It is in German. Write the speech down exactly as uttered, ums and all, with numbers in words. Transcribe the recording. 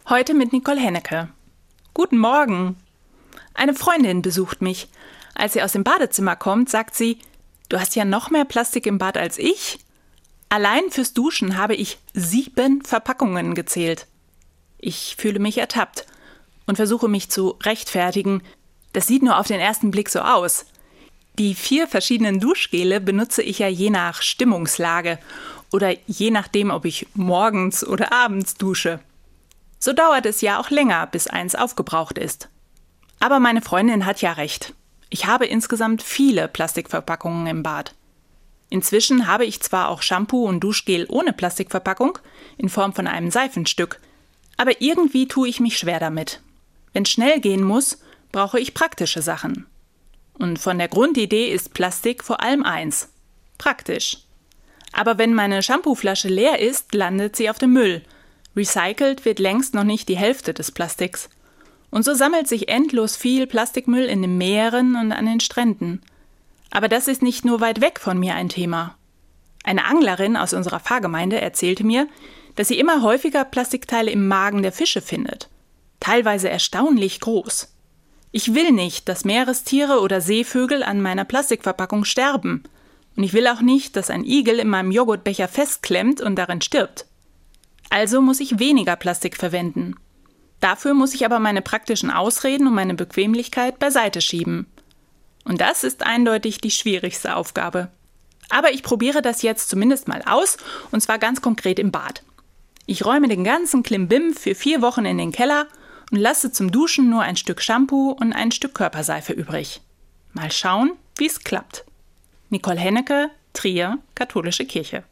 Heute mit Nicole Hennecke. Guten Morgen. Eine Freundin besucht mich. Als sie aus dem Badezimmer kommt, sagt sie, du hast ja noch mehr Plastik im Bad als ich. Allein fürs Duschen habe ich sieben Verpackungen gezählt. Ich fühle mich ertappt und versuche mich zu rechtfertigen. Das sieht nur auf den ersten Blick so aus. Die vier verschiedenen Duschgele benutze ich ja je nach Stimmungslage oder je nachdem, ob ich morgens oder abends dusche. So dauert es ja auch länger, bis eins aufgebraucht ist. Aber meine Freundin hat ja recht. Ich habe insgesamt viele Plastikverpackungen im Bad. Inzwischen habe ich zwar auch Shampoo und Duschgel ohne Plastikverpackung in Form von einem Seifenstück, aber irgendwie tue ich mich schwer damit. Wenn es schnell gehen muss, brauche ich praktische Sachen. Und von der Grundidee ist Plastik vor allem eins: praktisch. Aber wenn meine Shampooflasche leer ist, landet sie auf dem Müll. Recycelt wird längst noch nicht die Hälfte des Plastiks. Und so sammelt sich endlos viel Plastikmüll in den Meeren und an den Stränden. Aber das ist nicht nur weit weg von mir ein Thema. Eine Anglerin aus unserer Pfarrgemeinde erzählte mir, dass sie immer häufiger Plastikteile im Magen der Fische findet. Teilweise erstaunlich groß. Ich will nicht, dass Meerestiere oder Seevögel an meiner Plastikverpackung sterben. Und ich will auch nicht, dass ein Igel in meinem Joghurtbecher festklemmt und darin stirbt. Also muss ich weniger Plastik verwenden. Dafür muss ich aber meine praktischen Ausreden und meine Bequemlichkeit beiseite schieben. Und das ist eindeutig die schwierigste Aufgabe. Aber ich probiere das jetzt zumindest mal aus, und zwar ganz konkret im Bad. Ich räume den ganzen Klimbim für vier Wochen in den Keller und lasse zum Duschen nur ein Stück Shampoo und ein Stück Körperseife übrig. Mal schauen, wie es klappt. Nicole Hennecke, Trier, Katholische Kirche.